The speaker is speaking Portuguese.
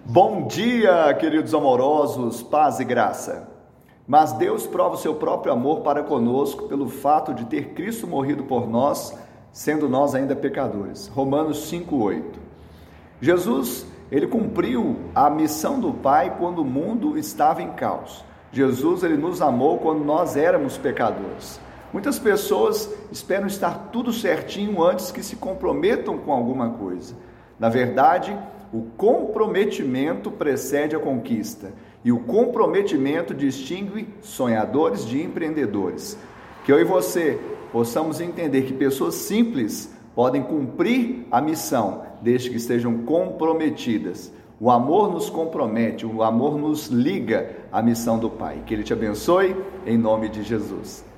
Bom dia, queridos amorosos, paz e graça. Mas Deus prova o seu próprio amor para conosco pelo fato de ter Cristo morrido por nós, sendo nós ainda pecadores. Romanos 5:8. Jesus, ele cumpriu a missão do Pai quando o mundo estava em caos. Jesus, ele nos amou quando nós éramos pecadores. Muitas pessoas esperam estar tudo certinho antes que se comprometam com alguma coisa. Na verdade, o comprometimento precede a conquista e o comprometimento distingue sonhadores de empreendedores. Que eu e você possamos entender que pessoas simples podem cumprir a missão desde que estejam comprometidas. O amor nos compromete, o amor nos liga à missão do Pai. Que Ele te abençoe, em nome de Jesus.